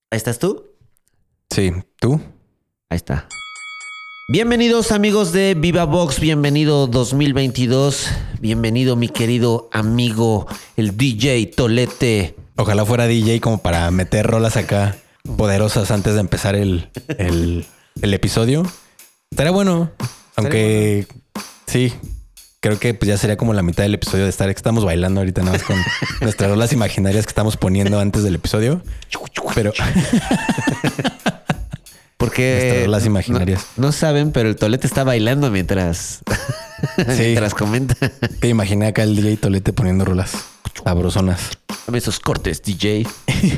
¿Ahí estás tú? Sí, ¿tú? Ahí está. Bienvenidos amigos de Viva Vox, bienvenido 2022, bienvenido mi querido amigo el DJ Tolete. Ojalá fuera DJ como para meter rolas acá poderosas antes de empezar el episodio. Estaría bueno, aunque sí, creo que pues ya sería como la mitad del episodio de estar que estamos bailando ahorita nada más con nuestras rolas imaginarias que estamos poniendo antes del episodio. Pero porque rolas imaginarias. No saben, pero el Tolete está bailando mientras mientras comenta. Que imaginé acá el DJ Tolete poniendo rolas sabrosonas. Dame esos cortes, DJ.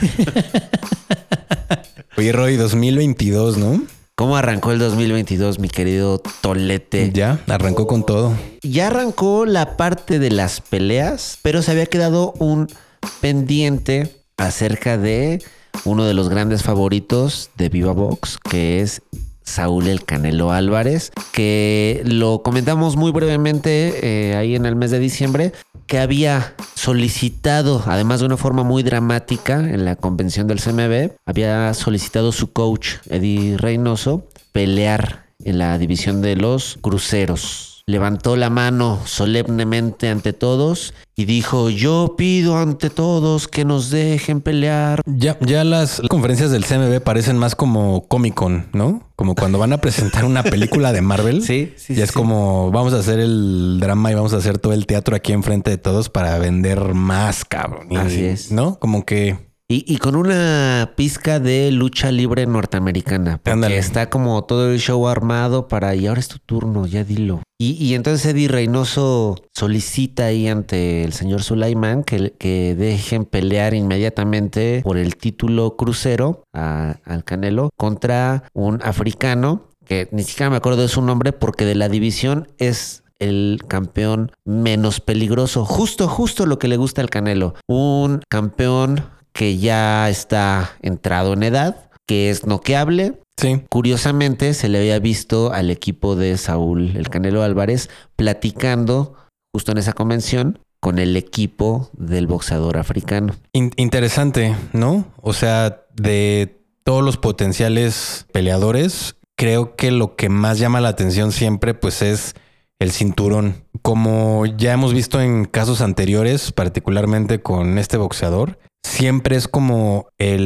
Oye, Roy, 2022, ¿no? ¿Cómo arrancó el 2022, mi querido Tolete? Ya, arrancó con todo. Ya arrancó la parte de las peleas, pero se había quedado un pendiente acerca de uno de los grandes favoritos de Viva Vox, que es Saúl El Canelo Álvarez, que lo comentamos muy brevemente ahí en el mes de diciembre, que había solicitado, además de una forma muy dramática en la convención del CMB, había solicitado su coach, Eddie Reynoso, pelear en la división de los cruceros. Levantó la mano solemnemente ante todos y dijo: yo pido ante todos que nos dejen pelear. Ya las conferencias del CMB parecen más como Comic-Con, ¿no? Como cuando van a presentar una película de Marvel. Sí. Y es como vamos a hacer el drama y vamos a hacer todo el teatro aquí enfrente de todos para vender más, cabrón. Así es. ¿No? Como que... Y con una pizca de lucha libre norteamericana. Porque Ándale. está como todo el show armado para... Y ahora es tu turno, ya dilo. Y entonces Eddie Reynoso solicita ahí ante el señor Sulaiman que dejen pelear inmediatamente por el título crucero al Canelo contra un africano que ni siquiera me acuerdo de su nombre porque de la división es el campeón menos peligroso. Justo lo que le gusta al Canelo. Un campeón que ya está entrado en edad, que es noqueable. Sí. Curiosamente, se le había visto al equipo de Saúl El Canelo Álvarez platicando justo en esa convención con el equipo del boxeador africano. Interesante, ¿no? O sea, de todos los potenciales peleadores, creo que lo que más llama la atención siempre pues es el cinturón. Como ya hemos visto en casos anteriores, particularmente con este boxeador, siempre es como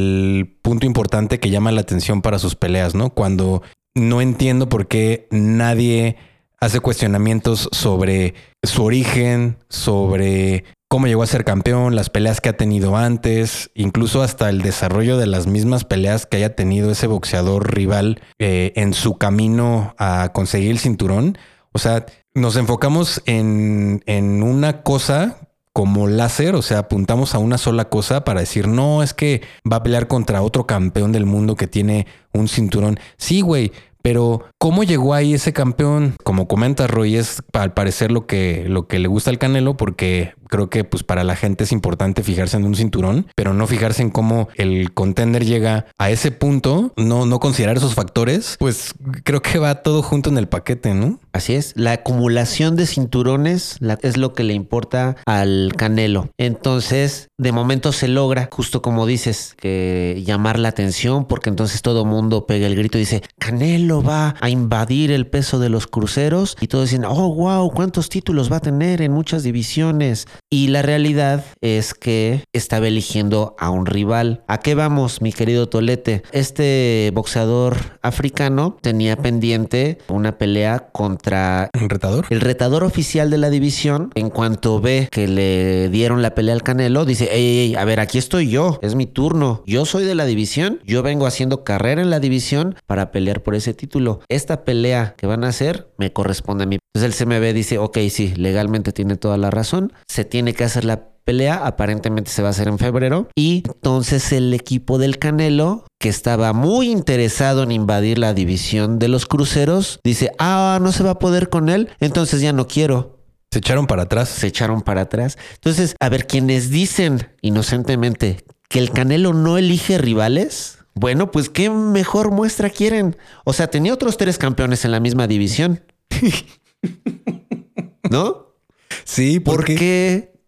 el punto importante que llama la atención para sus peleas, ¿no? Cuando no entiendo por qué nadie hace cuestionamientos sobre su origen, sobre cómo llegó a ser campeón, las peleas que ha tenido antes, incluso hasta el desarrollo de las mismas peleas que haya tenido ese boxeador rival en su camino a conseguir el cinturón. O sea, nos enfocamos en una cosa como láser, o sea, apuntamos a una sola cosa para decir, no, es que va a pelear contra otro campeón del mundo que tiene un cinturón. Sí, güey, pero ¿cómo llegó ahí ese campeón? Como comenta Roy, es al parecer lo que le gusta al Canelo, porque creo que pues para la gente es importante fijarse en un cinturón, pero no fijarse en cómo el contender llega a ese punto, no considerar esos factores, pues creo que va todo junto en el paquete, ¿no? Así es, la acumulación de cinturones es lo que le importa al Canelo. Entonces, de momento se logra, justo como dices, que llamar la atención, porque entonces todo mundo pega el grito y dice, Canelo va a invadir el peso de los cruceros, y todos dicen, oh, wow, ¿cuántos títulos va a tener en muchas divisiones? Y la realidad es que estaba eligiendo a un rival. ¿A qué vamos, mi querido Tolete? Este boxeador africano tenía pendiente una pelea contra ¿El retador? el retador oficial de la división. En cuanto ve que le dieron la pelea al Canelo, dice, ey, a ver, aquí estoy yo, es mi turno. Yo soy de la división, yo vengo haciendo carrera en la división para pelear por ese título. Esta pelea que van a hacer me corresponde a mí. Entonces el CMB dice, ok, sí, legalmente tiene toda la razón. Se tiene que hacer la pelea, aparentemente se va a hacer en febrero. Y entonces el equipo del Canelo, que estaba muy interesado en invadir la división de los cruceros, dice, no se va a poder con él, entonces ya no quiero. Se echaron para atrás. Se echaron para atrás. Entonces, a ver, quienes dicen inocentemente que el Canelo no elige rivales, bueno, pues qué mejor muestra quieren. O sea, tenía otros 3 campeones en la misma división. ¿No? Sí, ¿Por qué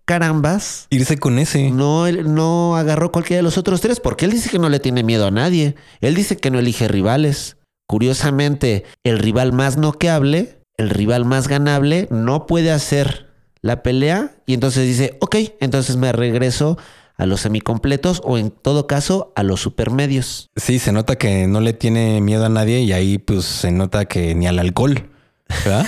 carambas irse con ese. no agarró cualquiera de los otros tres? Porque él dice que no le tiene miedo a nadie. Él dice que no elige rivales. Curiosamente, el rival más noqueable, el rival más ganable, no puede hacer la pelea y entonces dice, ok, entonces me regreso a los semicompletos o en todo caso a los supermedios. Sí, se nota que no le tiene miedo a nadie y ahí pues se nota que ni al alcohol, ¿verdad?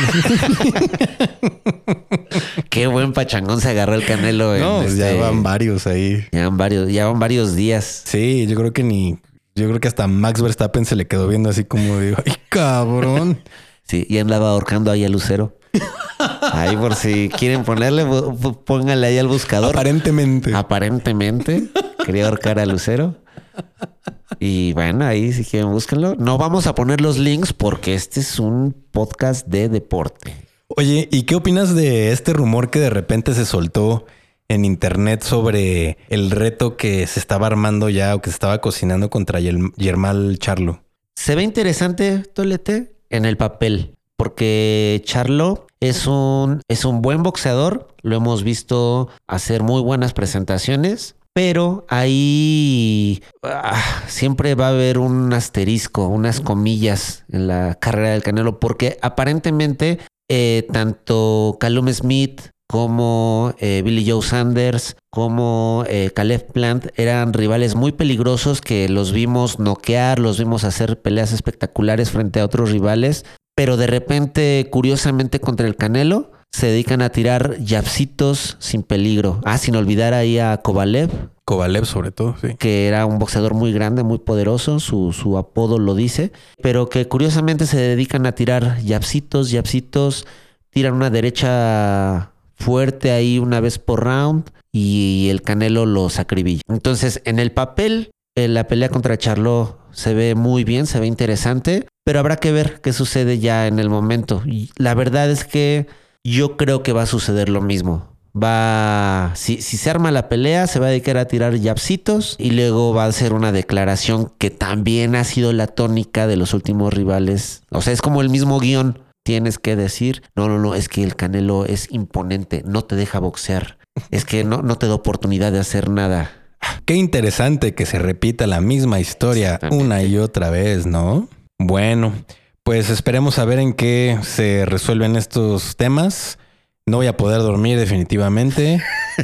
Qué buen pachangón se agarró el Canelo. No, ya van varios ahí. Ya van varios días. Sí, yo creo que hasta Max Verstappen se le quedó viendo así como digo, ay, cabrón. Sí, y andaba ahorcando ahí a Lucero. Ahí por si quieren ponerle, pónganle ahí al buscador. Aparentemente quería ahorcar a Lucero. Y bueno, ahí si quieren búsquenlo. No vamos a poner los links porque este es un podcast de deporte. Oye, ¿y qué opinas de este rumor que de repente se soltó en internet sobre el reto que se estaba armando ya o que se estaba cocinando contra Yermal Charlo? Se ve interesante, Tolete, en el papel, porque Charlo es un buen boxeador. Lo hemos visto hacer muy buenas presentaciones, pero ahí siempre va a haber un asterisco, unas comillas en la carrera del Canelo, porque aparentemente tanto Callum Smith como Billy Joe Sanders, como Caleb Plant eran rivales muy peligrosos que los vimos noquear, los vimos hacer peleas espectaculares frente a otros rivales, pero de repente, curiosamente, contra el Canelo se dedican a tirar jabcitos sin peligro. Sin olvidar ahí a Kovalev. Kovalev sobre todo, sí. Que era un boxeador muy grande, muy poderoso, su apodo lo dice, pero que curiosamente se dedican a tirar jabcitos, tiran una derecha fuerte ahí una vez por round y el Canelo los acribilla. Entonces, en el papel, la pelea contra Charlo se ve muy bien, se ve interesante, pero habrá que ver qué sucede ya en el momento. Y la verdad es que yo creo que va a suceder lo mismo. Si se arma la pelea, se va a dedicar a tirar jabcitos y luego va a hacer una declaración que también ha sido la tónica de los últimos rivales. O sea, es como el mismo guión. Tienes que decir, no, es que el Canelo es imponente, no te deja boxear. Es que no te da oportunidad de hacer nada. Qué interesante que se repita la misma historia una y otra vez, ¿no? Bueno, pues esperemos a ver en qué se resuelven estos temas. No voy a poder dormir definitivamente.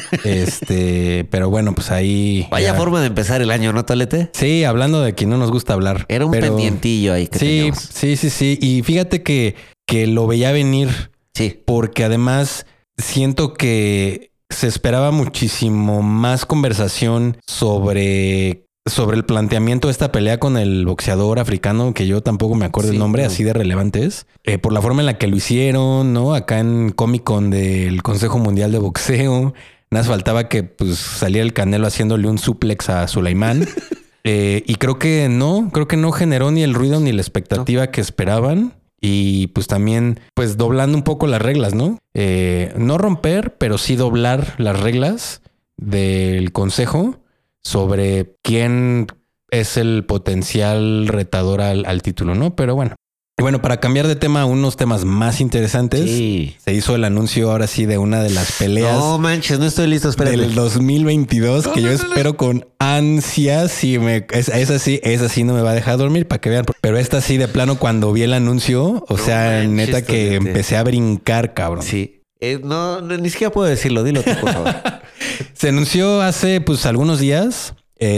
Pero bueno, pues ahí... Vaya forma de empezar el año, ¿no, Tolete? Sí, hablando de que no nos gusta hablar. Era un pendientillo ahí que teníamos. Sí. Y fíjate que lo veía venir. Sí. Porque además siento que se esperaba muchísimo más conversación sobre el planteamiento de esta pelea con el boxeador africano, que yo tampoco me acuerdo el nombre, así de relevante es. Por la forma en la que lo hicieron, ¿no? Acá en Comic Con del Consejo Mundial de Boxeo. Nada más faltaba que pues saliera el Canelo haciéndole un suplex a Sulaimán. Y creo que no generó ni el ruido ni la expectativa que esperaban. Y pues también, pues doblando un poco las reglas, ¿no? No romper, pero sí doblar las reglas del consejo sobre quién es el potencial retador al título, ¿no? Pero bueno. Y bueno, para cambiar de tema a unos temas más interesantes, se hizo el anuncio ahora sí de una de las peleas. No manches, no estoy listo, espérate. Del 2022, que yo espero con ansias. Esa sí no me va a dejar dormir para que vean. Pero esta sí, de plano, cuando vi el anuncio, o sea, neta que empecé a brincar, cabrón. Sí. No, ni siquiera puedo decirlo. Dilo tú, por favor. Se anunció hace pues algunos días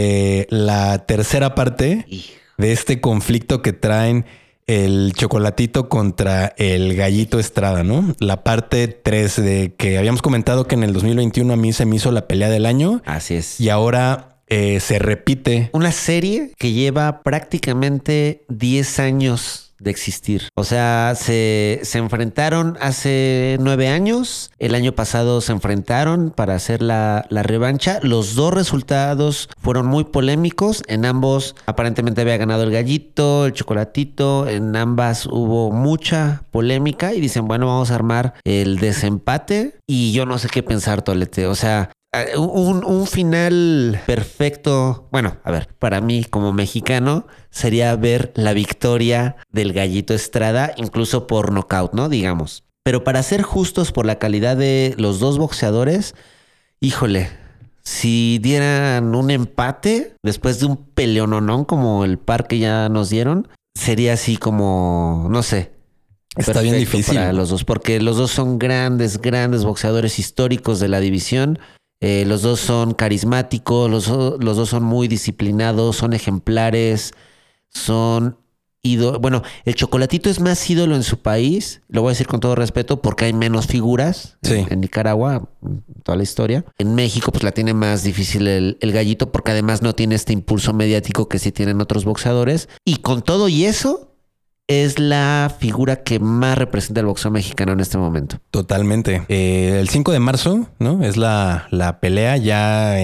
la tercera parte de este conflicto que traen el Chocolatito contra el Gallito Estrada, ¿no? La parte 3 de que habíamos comentado que en el 2021 a mí se me hizo la pelea del año. Así es. Y ahora se repite. Una serie que lleva prácticamente 10 años de existir. O sea, se enfrentaron hace 9 años. El año pasado se enfrentaron para hacer la revancha. Los dos resultados fueron muy polémicos. En ambos aparentemente había ganado el Gallito, el Chocolatito. En ambas hubo mucha polémica y dicen, bueno, vamos a armar el desempate. Y yo no sé qué pensar, Tolete. O sea, un final perfecto. Bueno, a ver, para mí como mexicano sería ver la victoria del Gallito Estrada, incluso por nocaut, ¿no? Digamos. Pero para ser justos por la calidad de los dos boxeadores, híjole, si dieran un empate después de un peleononón como el par que ya nos dieron, sería así como, no sé. Está bien difícil para los dos, porque los dos son grandes boxeadores históricos de la división. Los dos son carismáticos, los dos son muy disciplinados, son ejemplares, son ídolos. Bueno, el Chocolatito es más ídolo en su país, lo voy a decir con todo respeto, porque hay menos figuras en Nicaragua, toda la historia. En México, pues la tiene más difícil el Gallito, porque además no tiene este impulso mediático que sí tienen otros boxeadores. Y con todo y eso, es la figura que más representa el boxeo mexicano en este momento. Totalmente. El 5 de marzo, ¿no? Es la pelea ya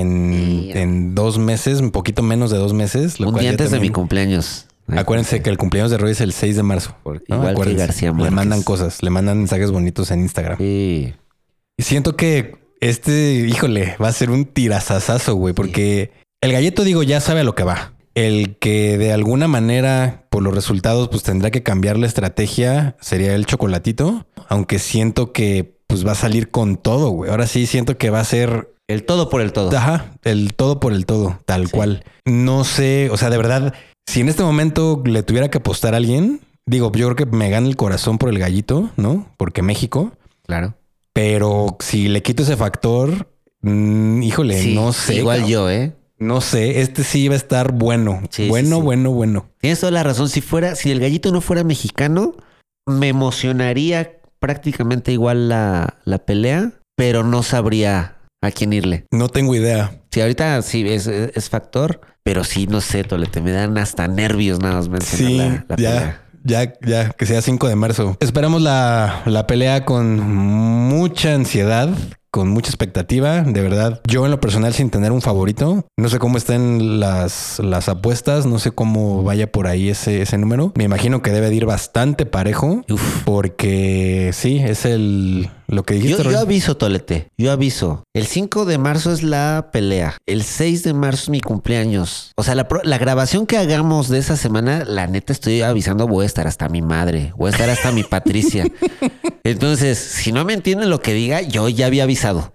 en 2 meses, un poquito menos de 2 meses. Un día antes de mi cumpleaños. Acuérdense que el cumpleaños de Roy es el 6 de marzo. ¿no? Igual que García Márquez. Le mandan cosas, le mandan mensajes bonitos en Instagram. Sí. Y siento que híjole, va a ser un tirazazazo, güey, porque el Galleto, digo, ya sabe a lo que va. El que de alguna manera, por los resultados, pues tendrá que cambiar la estrategia sería el Chocolatito. Aunque siento que pues va a salir con todo, güey. Ahora sí siento que va a ser... El todo por el todo. Ajá, el todo por el todo, tal cual. No sé, o sea, de verdad, si en este momento le tuviera que apostar a alguien, digo, yo creo que me gana el corazón por el Gallito, ¿no? Porque México. Claro. Pero si le quito ese factor, híjole, sí, no sé. Igual yo, No sé, sí va a estar bueno. Sí. Bueno. Tienes toda la razón. Si el Gallito no fuera mexicano, me emocionaría prácticamente igual la pelea, pero no sabría a quién irle. No tengo idea. Sí, ahorita sí es factor, pero sí, no sé, Tolete, me dan hasta nervios nada más mencionar la pelea. Ya, que sea 5 de marzo. Esperamos la pelea con mucha ansiedad, con mucha expectativa, de verdad. Yo en lo personal sin tener un favorito, no sé cómo estén las apuestas, no sé cómo vaya por ahí ese número. Me imagino que debe de ir bastante parejo. Uf. Porque sí, es lo que dijiste. Yo aviso, Tolete, yo aviso. El 5 de marzo es la pelea. El 6 de marzo es mi cumpleaños. O sea, la grabación que hagamos de esa semana, la neta estoy avisando, voy a estar hasta mi madre, voy a estar hasta mi Patricia. Entonces, si no me entienden lo que diga, yo ya había avisado.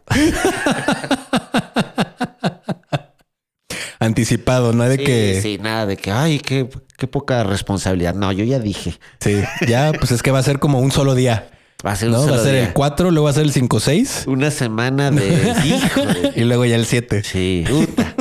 Anticipado, ¿no? Sí, nada de que, ay, qué poca responsabilidad. No, yo ya dije. Sí, ya, pues es que va a ser como un solo día. Va a ser un solo día. Va a ser el 4, luego va a ser el 5-6. Una semana de... Híjole. Y luego ya el 7. Sí. Puta.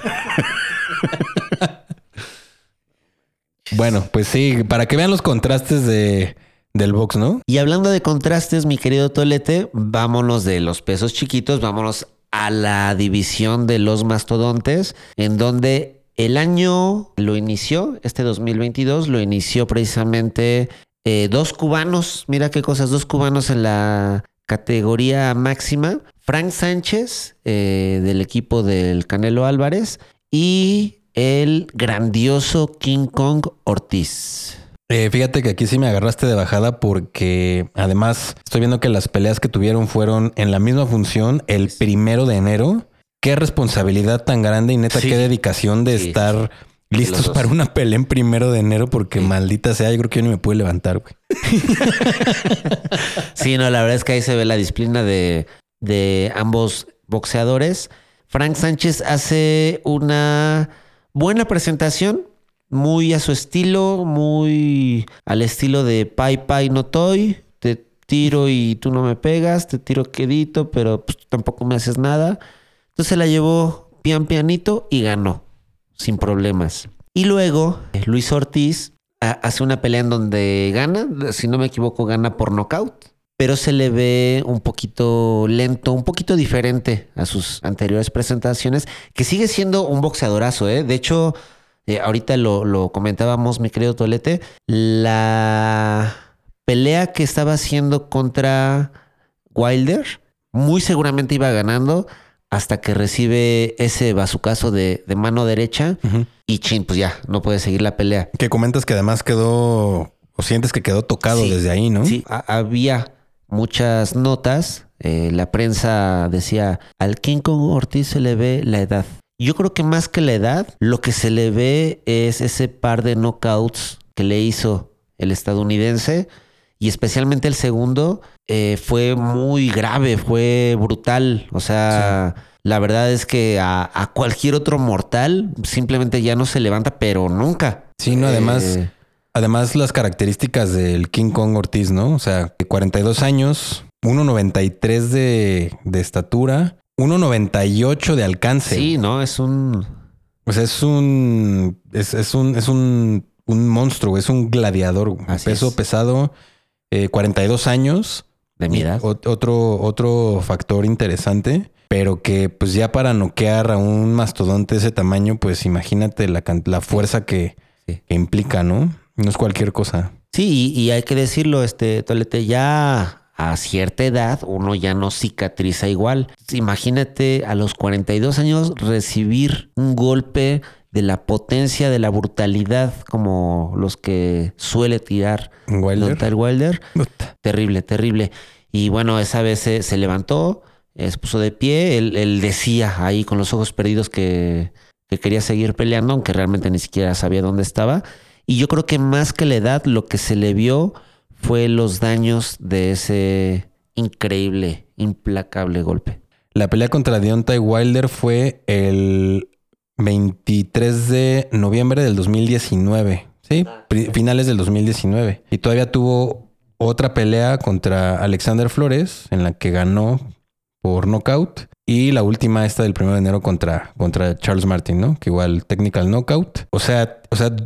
Bueno, pues sí, para que vean los contrastes del box, ¿no? Y hablando de contrastes, mi querido Tolete, vámonos de los pesos chiquitos, vámonos a la división de los mastodontes, en donde el año lo inició, este 2022, lo inició precisamente 2 cubanos, mira qué cosas, 2 cubanos en la categoría máxima, Frank Sánchez del equipo del Canelo Álvarez y el grandioso King Kong Ortiz. Fíjate que aquí sí me agarraste de bajada porque además estoy viendo que las peleas que tuvieron fueron en la misma función el 1 de enero. Qué responsabilidad tan grande y neta, qué dedicación de estar listos para una pelea en 1 de enero porque maldita sea, yo creo que yo ni me pude levantar, güey. Sí, no, la verdad es que ahí se ve la disciplina de ambos boxeadores. Frank Sánchez hace una buena presentación. Muy a su estilo, muy al estilo de Pai Pai no Toy. Te tiro y tú no me pegas, te tiro quedito, pero pues, tampoco me haces nada. Entonces se la llevó pianito y ganó, sin problemas. Y luego Luis Ortiz hace una pelea en donde gana, si no me equivoco, gana por nocaut. Pero se le ve un poquito lento, un poquito diferente a sus anteriores presentaciones, que sigue siendo un boxeadorazo, ¿eh? De hecho... ahorita lo comentábamos, mi querido Tolete, la pelea que estaba haciendo contra Wilder, muy seguramente iba ganando hasta que recibe ese bazucazo de mano derecha y chin, pues ya, no puede seguir la pelea. Que comentas que además quedó, o sientes que quedó tocado desde ahí, ¿no? Sí, había muchas notas, la prensa decía, al King Kong Ortiz se le ve la edad. Yo creo que más que la edad, lo que se le ve es ese par de knockouts que le hizo el estadounidense y especialmente el segundo, fue muy grave, fue brutal. O sea, la verdad es que a cualquier otro mortal simplemente ya no se levanta, pero nunca. Sí, no, además las características del King Kong Ortiz, ¿no? O sea, 42 años, 1.93 de estatura, 1.98 de alcance. Sí, ¿no? Es un... O sea, es un monstruo, es un gladiador. Así Peso es. pesado, 42 años. De mi edad. Otro factor interesante, pero que pues ya para noquear a un mastodonte de ese tamaño, pues imagínate la fuerza que implica, ¿no? No es cualquier cosa. Sí, y hay que decirlo, Tolete, ya a cierta edad uno ya no cicatriza igual. Imagínate a los 42 años recibir un golpe de la potencia, de la brutalidad como los que suele tirar Don Ty Wilder. Terrible, terrible. Y bueno, esa vez se levantó, se puso de pie. Él decía ahí con los ojos perdidos que quería seguir peleando, aunque realmente ni siquiera sabía dónde estaba. Y yo creo que más que la edad, lo que se le vio fue los daños de ese increíble, implacable golpe. La pelea contra Deontay Wilder fue el 23 de noviembre del 2019. Sí, finales del 2019. Y todavía tuvo otra pelea contra Alexander Flores, en la que ganó por knockout. Y la última, esta del 1 de enero contra Charles Martin, ¿no? Que igual technical knockout. O sea,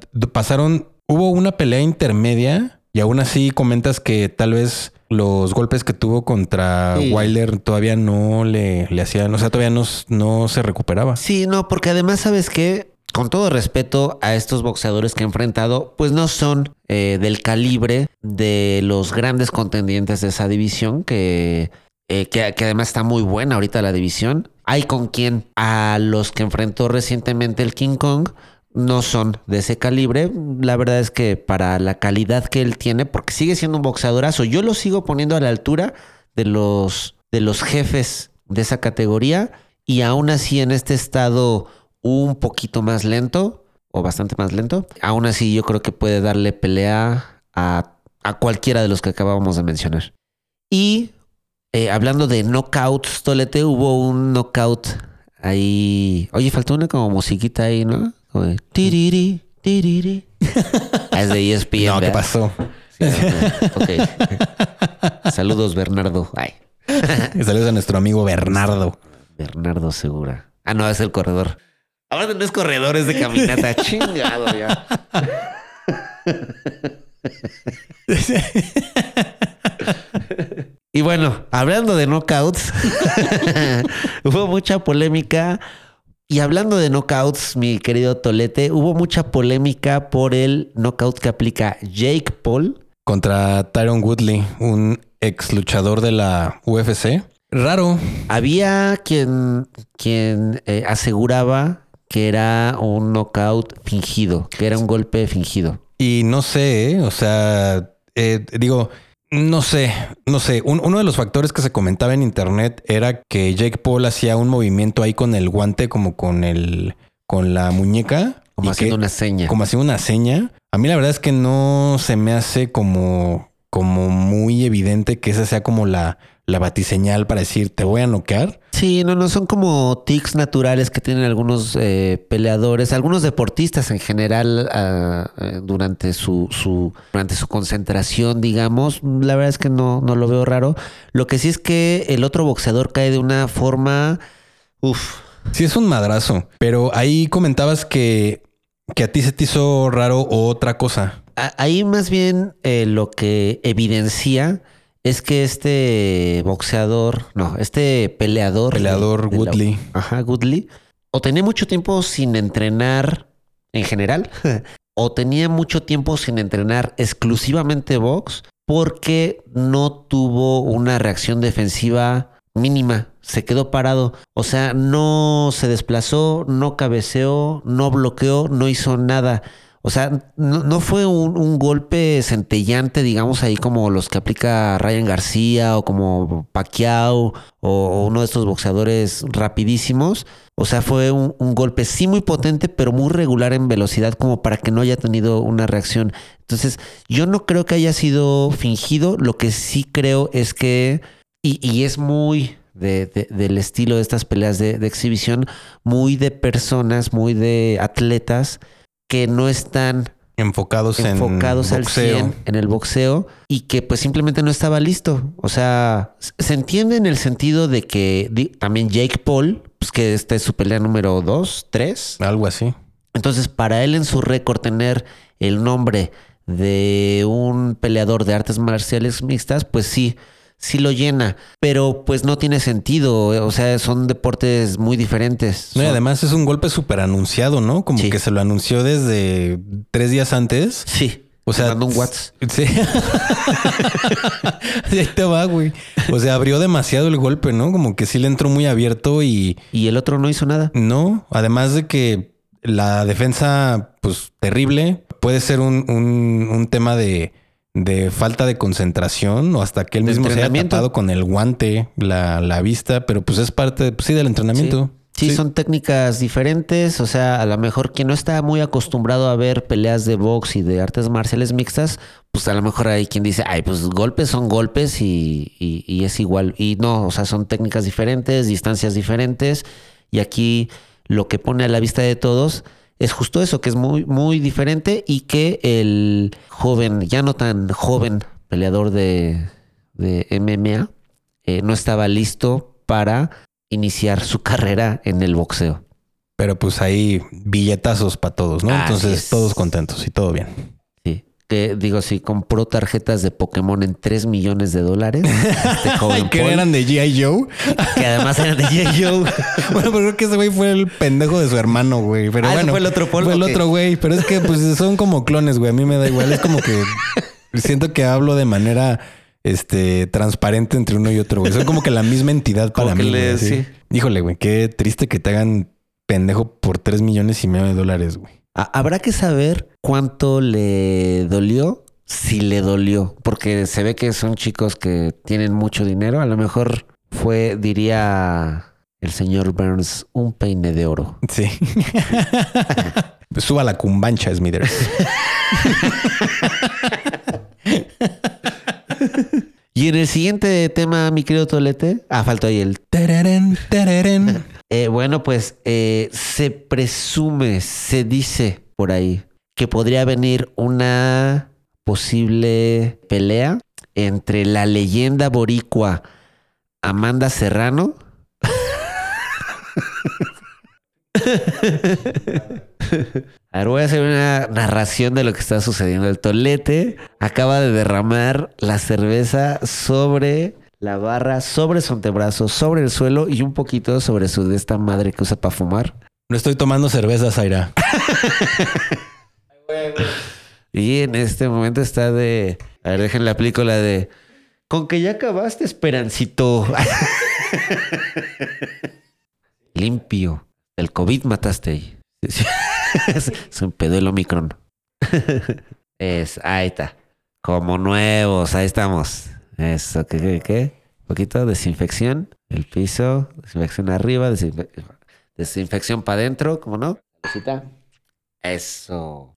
hubo una pelea intermedia y aún así comentas que tal vez los golpes que tuvo contra Wilder todavía no le hacían, o sea, todavía no se recuperaba. Sí, no, porque además, ¿sabes qué? Con todo respeto a estos boxeadores que he enfrentado, pues no son del calibre de los grandes contendientes de esa división que además está muy buena ahorita la división. Hay con quien a los que enfrentó recientemente el King Kong no son de ese calibre. La verdad es que para la calidad que él tiene, porque sigue siendo un boxeadorazo, yo lo sigo poniendo a la altura de los jefes de esa categoría, y aún así en este estado un poquito más lento o bastante más lento, aún así yo creo que puede darle pelea a cualquiera de los que acabábamos de mencionar. Y hablando de knockouts, Tolete, hubo un knockout ahí. Oye, faltó una como musiquita ahí, ¿no? Como de tiriri, tiriri. Es de ESPN. No, ¿verdad? ¿qué pasó? Sí, ok. Saludos, Bernardo. Ay. Saludos a nuestro amigo Bernardo. Bernardo Segura. Ah, no, es el corredor. Ahora no es corredor, es de caminata. Chingado ya. Y bueno, hablando de knockouts, hubo mucha polémica. Y hablando de knockouts, mi querido Tolete, hubo mucha polémica por el knockout que aplica Jake Paul contra Tyron Woodley, un ex luchador de la UFC. Raro. Había quien aseguraba que era un knockout fingido, que era un golpe fingido. Y no sé, o sea, digo... No sé. Uno de los factores que se comentaba en internet era que Jake Paul hacía un movimiento ahí con el guante, como con la muñeca. Como haciendo una seña. Como haciendo una seña. A mí la verdad es que no se me hace como muy evidente que esa sea como la batiseñal para decir te voy a noquear. Sí, no son como tics naturales que tienen algunos peleadores, algunos deportistas en general durante su concentración, digamos. La verdad es que no lo veo raro. Lo que sí es que el otro boxeador cae de una forma... Sí, es un madrazo. Pero ahí comentabas que a ti se te hizo raro otra cosa. Ahí más bien lo que evidencia es que este peleador Woodley. Woodley, o tenía mucho tiempo sin entrenar en general, o tenía mucho tiempo sin entrenar exclusivamente box, porque no tuvo una reacción defensiva mínima. Se quedó parado. O sea, no se desplazó, no cabeceó, no bloqueó, no hizo nada. O sea, no fue un golpe centellante, digamos, ahí como los que aplica Ryan García o como Pacquiao o uno de estos boxeadores rapidísimos. O sea, fue un golpe sí muy potente, pero muy regular en velocidad como para que no haya tenido una reacción. Entonces, yo no creo que haya sido fingido. Lo que sí creo es que, y es muy del estilo de estas peleas de exhibición, muy de personas, muy de atletas que no están Enfocados en enfocados al boxeo. 100 en el boxeo y que pues simplemente no estaba listo. O sea, se entiende en el sentido de que también Jake Paul, pues que esta es su pelea número 2, 3. Algo así. Entonces, para él en su récord tener el nombre de un peleador de artes marciales mixtas, pues sí lo llena, pero pues no tiene sentido. O sea, son deportes muy diferentes. No, y además es un golpe súper anunciado, ¿no? Como Sí. que se lo anunció desde 3 días antes. Sí. O sea, mandó un WhatsApp. Sí. Ahí te va, güey. O sea, abrió demasiado el golpe, ¿no? Como que sí le entró muy abierto y Y el otro no hizo nada. no. Además de que la defensa, pues terrible, puede ser un tema de falta de concentración o hasta que él De mismo se haya entrenamiento. tapado con el guante la vista, pero pues es parte, pues, sí, del entrenamiento. Sí, son técnicas diferentes. O sea, a lo mejor quien no está muy acostumbrado a ver peleas de box y de artes marciales mixtas, pues a lo mejor hay quien dice, ay, pues golpes son golpes y es igual. Y no, o sea, son técnicas diferentes, distancias diferentes. Y aquí lo que pone a la vista de todos es justo eso, que es muy, muy diferente y que el joven, ya no tan joven peleador de MMA, no estaba listo para iniciar su carrera en el boxeo. Pero pues hay billetazos para todos, ¿no? Así Entonces es. todos contentos y todo bien. Sí. Que digo, si compró tarjetas de Pokémon en $3 millones, este joven Que Paul, eran de G.I. Joe. que además eran de J. Joe. Bueno, pero creo que ese güey fue el pendejo de su hermano, güey. Pero Ah, ¿ese bueno, fue el otro Paul? Fue el Ok. otro güey. Pero es que pues son como clones, güey. A mí me da igual. Es como que siento que hablo de manera transparente entre uno y otro, güey. Son como que la misma entidad Como para que mí, le- güey. Así. sí. Híjole, güey. Qué triste que te hagan pendejo por $3,5 millones, güey. Habrá que saber cuánto le dolió, si le dolió, porque se ve que son chicos que tienen mucho dinero. A lo mejor fue, diría el señor Burns, un peine de oro. Sí. Suba la cumbancha, Smithers. Y en el siguiente tema, mi querido Tolete, faltó ahí el... Tararán, tararán. Bueno, pues se presume, se dice por ahí que podría venir una posible pelea entre la leyenda boricua Amanda Serrano A ver, voy a hacer una narración de lo que está sucediendo. El Tolete acaba de derramar la cerveza sobre la barra, sobre su antebrazo, sobre el suelo y un poquito sobre su de esta madre que usa para fumar. No estoy tomando cerveza, Zaira. Y en este momento está de... A ver, déjenle aplico la de... Con que ya acabaste, Esperancito. Limpio. El COVID mataste ahí. Es un pedo el Omicron. Ahí está. Como nuevos, ahí estamos. Eso, ¿qué? Un poquito, desinfección. El piso, desinfección arriba, desinfección para adentro, ¿cómo no? Saludcita. Eso.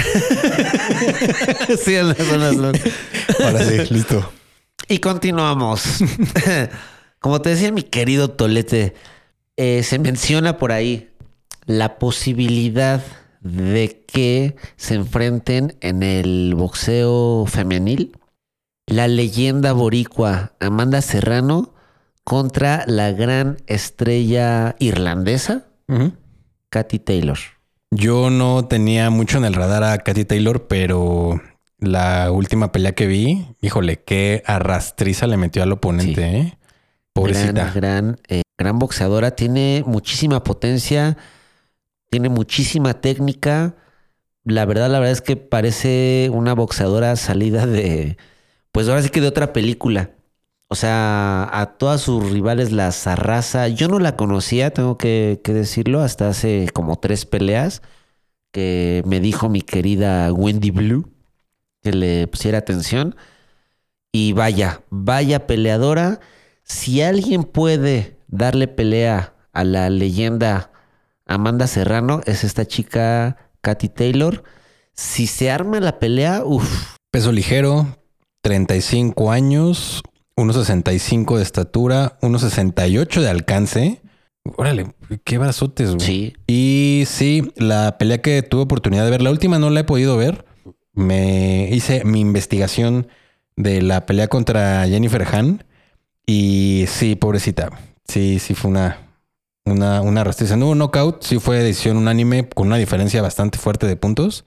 Sí, son. Ahora sí, listo. Y continuamos. Como te decía mi querido Tolete, se menciona por ahí la posibilidad de que se enfrenten en el boxeo femenil la leyenda boricua Amanda Serrano contra la gran estrella irlandesa Katy Taylor. Yo no tenía mucho en el radar a Katy Taylor, pero la última pelea que vi, híjole, qué arrastriza le metió al oponente, Sí. ¿eh? Pobrecita. Gran boxeadora, tiene muchísima potencia, tiene muchísima técnica. La verdad es que parece una boxeadora salida de, pues ahora sí que de otra película. O sea, a todas sus rivales las arrasa. Yo no la conocía, tengo que decirlo, hasta hace como 3 peleas que me dijo mi querida Wendy Blue que le pusiera atención. Y vaya peleadora. Si alguien puede darle pelea a la leyenda Amanda Serrano es esta chica, Katy Taylor. Si se arma la pelea, uff. Peso ligero, 35 años, 1.65 de estatura, 1.68 de alcance. Órale, qué brazotes, güey. Sí. Y sí, la pelea que tuve oportunidad de ver, la última no la he podido ver. Me hice mi investigación de la pelea contra Jennifer Han. Y sí, pobrecita. Sí, fue una rastriza. No hubo knockout, sí fue decisión unánime con una diferencia bastante fuerte de puntos.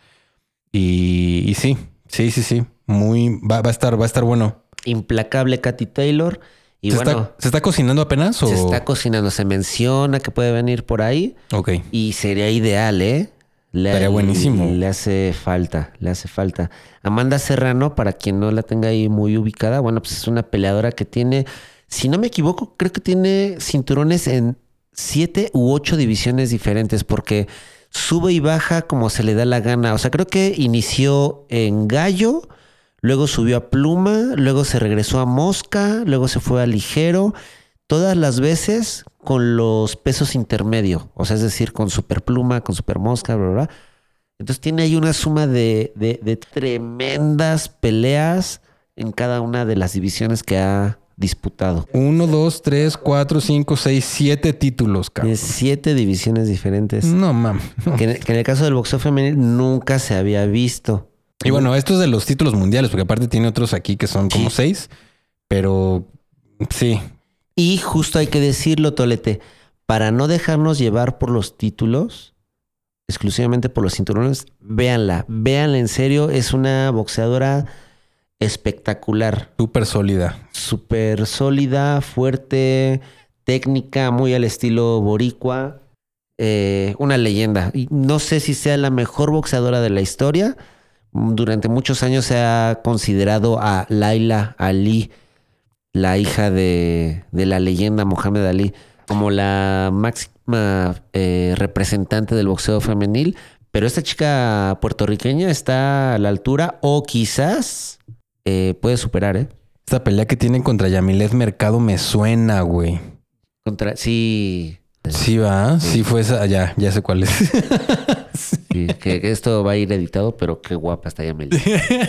Y sí. Va a estar bueno. Implacable Katy Taylor. Y bueno, ¿Se está cocinando apenas? se está cocinando. Se menciona que puede venir por ahí. Ok. Y sería ideal, ¿eh? Estaría buenísimo. Le hace falta. Amanda Serrano, para quien no la tenga ahí muy ubicada, bueno, pues es una peleadora que tiene, si no me equivoco, creo que tiene cinturones en 7 u 8 divisiones diferentes, porque sube y baja como se le da la gana. O sea, creo que inició en gallo, luego subió a pluma, luego se regresó a mosca, luego se fue a ligero. Todas las veces con los pesos intermedio, o sea, es decir, con superpluma, con supermosca, bla, bla, bla. Entonces tiene ahí una suma de tremendas peleas en cada una de las divisiones que ha disputado. 1, 2, 3, 4, 5, 6, 7 títulos, cabrón. Tiene 7 divisiones diferentes. No, mames. No. Que en el caso del boxeo femenil nunca se había visto. Y bueno, esto es de los títulos mundiales, porque aparte tiene otros aquí que son como 6, pero sí. Y justo hay que decirlo, Tolete, para no dejarnos llevar por los títulos, exclusivamente por los cinturones, véanla en serio, es una boxeadora espectacular. Súper sólida, Fuerte, técnica, muy al estilo boricua, una leyenda. Y no sé si sea la mejor boxeadora de la historia. Durante muchos años se ha considerado a Laila Ali, la hija de la leyenda Muhammad Ali, como la máxima representante del boxeo femenil, pero esta chica puertorriqueña está a la altura o quizás puede superar, ¿eh? Esta pelea que tienen contra Yamilet Mercado me suena, güey. Sí. Sí, va. Sí, fue esa. Ya sé cuál es. Sí, que esto va a ir editado, pero qué guapa está Yamilet.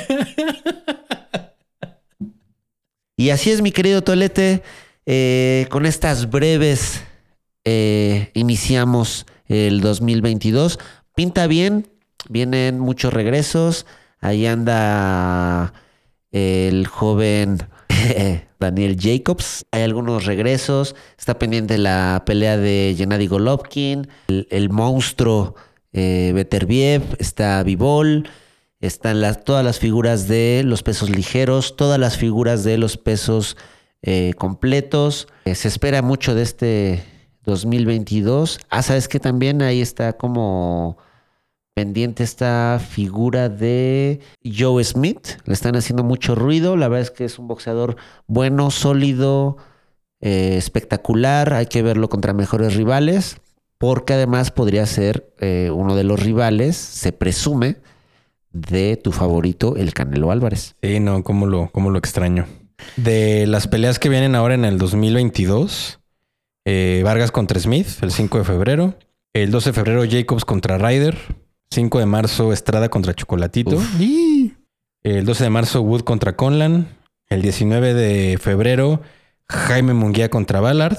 Y así es, mi querido Tolete. Con estas breves iniciamos el 2022. Pinta bien, vienen muchos regresos. Ahí anda el joven Daniel Jacobs. Hay algunos regresos. Está pendiente la pelea de Gennady Golovkin, el monstruo Beterbiev, está Bivol. Están todas las figuras de los pesos ligeros, todas las figuras de los pesos completos. Se espera mucho de este 2022. ¿Sabes qué? También ahí está como pendiente esta figura de Joe Smith. Le están haciendo mucho ruido. La verdad es que es un boxeador bueno, sólido, espectacular. Hay que verlo contra mejores rivales, porque además podría ser uno de los rivales, se presume, de tu favorito, el Canelo Álvarez. Sí, no, cómo lo extraño. De las peleas que vienen ahora en el 2022, Vargas contra Smith, el 5 de febrero. El 12 de febrero, Jacobs contra Ryder. 5 de marzo, Estrada contra Chocolatito. El 12 de marzo, Wood contra Conlan. El 19 de febrero, Jaime Munguía contra Ballard.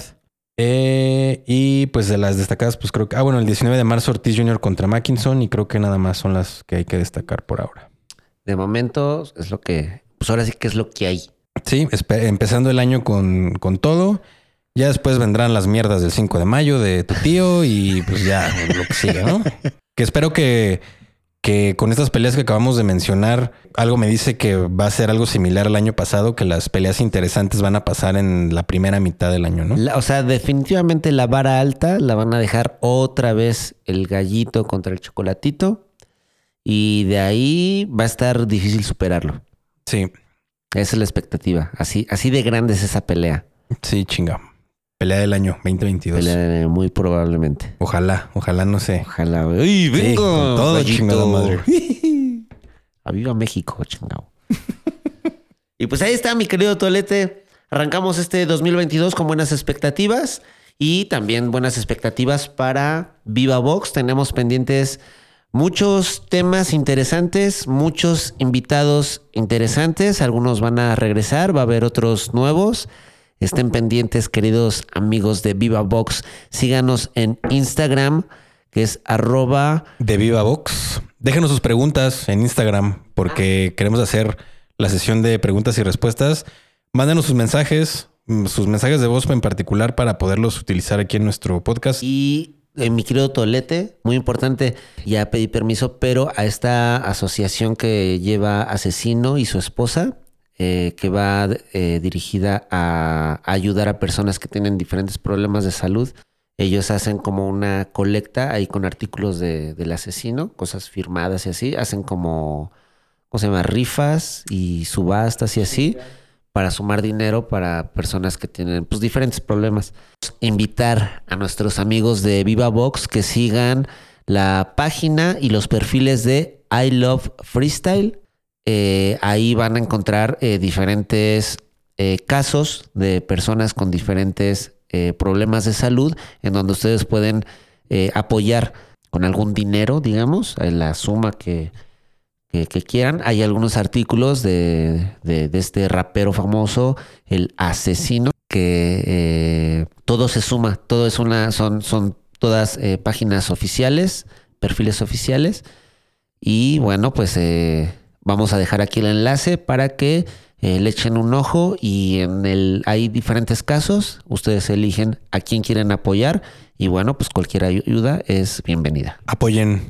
Y pues de las destacadas, pues creo que... el 19 de marzo Ortiz Jr. contra Mackinson, y creo que nada más son las que hay que destacar por ahora. De momento es lo que... Pues ahora sí que es lo que hay. Sí, empezando el año con todo. Ya después vendrán las mierdas del 5 de mayo de tu tío y pues ya lo que sigue, ¿no? Que espero que con estas peleas que acabamos de mencionar, algo me dice que va a ser algo similar al año pasado, que las peleas interesantes van a pasar en la primera mitad del año, ¿no? O sea, definitivamente la vara alta la van a dejar otra vez el Gallito contra el Chocolatito, y de ahí va a estar difícil superarlo. Sí. Esa es la expectativa. Así de grande es esa pelea. Sí, chinga. Pelea del año 2022. Pelea del año, muy probablemente. Ojalá no sé. Ojalá. ¡Uy, vengo! Sí, con todo, Gallito. chingada madre. ¡Aviva México, chingado! Y pues ahí está, mi querido Tolete. Arrancamos este 2022 con buenas expectativas. Y también buenas expectativas para VivaVox. Tenemos pendientes muchos temas interesantes, muchos invitados interesantes. Algunos van a regresar, va a haber otros nuevos. Estén pendientes, queridos amigos de VivaVox. Síganos en Instagram, que es @DeVivaVox. Déjenos sus preguntas en Instagram porque queremos hacer la sesión de preguntas y respuestas. Mándenos sus mensajes de voz en particular para poderlos utilizar aquí en nuestro podcast. Y mi querido Tolete, muy importante, ya pedí permiso, pero a esta asociación que lleva Asesino y su esposa, que va dirigida a ayudar a personas que tienen diferentes problemas de salud. Ellos hacen como una colecta ahí con artículos del asesino, cosas firmadas y así. Hacen como, ¿cómo se llama? Rifas y subastas y así para sumar dinero para personas que tienen pues diferentes problemas. Invitar a nuestros amigos de VivaVox que sigan la página y los perfiles de I Love Freestyle. Ahí van a encontrar diferentes casos de personas con diferentes problemas de salud en donde ustedes pueden apoyar con algún dinero, digamos, en la suma que quieran. Hay algunos artículos de este rapero famoso, el Asesino, que todo se suma, todo es son todas páginas oficiales, perfiles oficiales. Y bueno, pues vamos a dejar aquí el enlace para que le echen un ojo y hay diferentes casos. Ustedes eligen a quién quieren apoyar y bueno, pues cualquier ayuda es bienvenida. Apoyen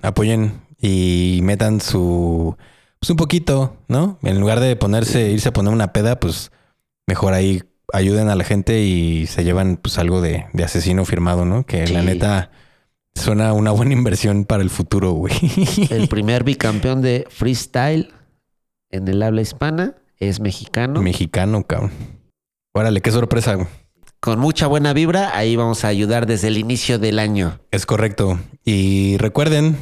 y metan pues un poquito, ¿no? En lugar de irse a poner una peda, pues mejor ahí ayuden a la gente y se llevan pues algo de Asesino firmado, ¿no? Que sí. La neta suena una buena inversión para el futuro, güey. El primer bicampeón de freestyle en el habla hispana es mexicano. Mexicano, cabrón. Órale, qué sorpresa, güey. Con mucha buena vibra, ahí vamos a ayudar desde el inicio del año. Es correcto. Y recuerden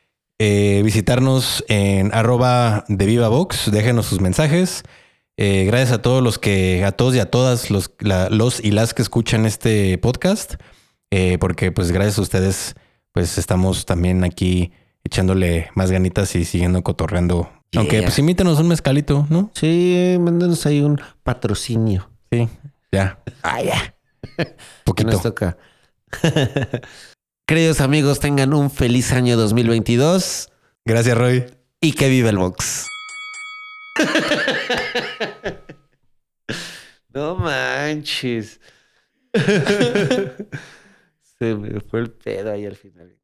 visitarnos en @DeVivaVox. Déjenos sus mensajes. Gracias a todos y a todas los y las que escuchan este podcast. Porque pues gracias a ustedes, pues estamos también aquí echándole más ganitas y siguiendo cotorreando. Yeah. Aunque pues invítenos un mezcalito, ¿no? Sí, mándanos ahí un patrocinio. Sí, ya. Ya. Poquito. ¿Qué nos toca? Queridos amigos, tengan un feliz año 2022. Gracias, Roy. Y que viva el box. No manches. Se me fue el pedo ahí al final.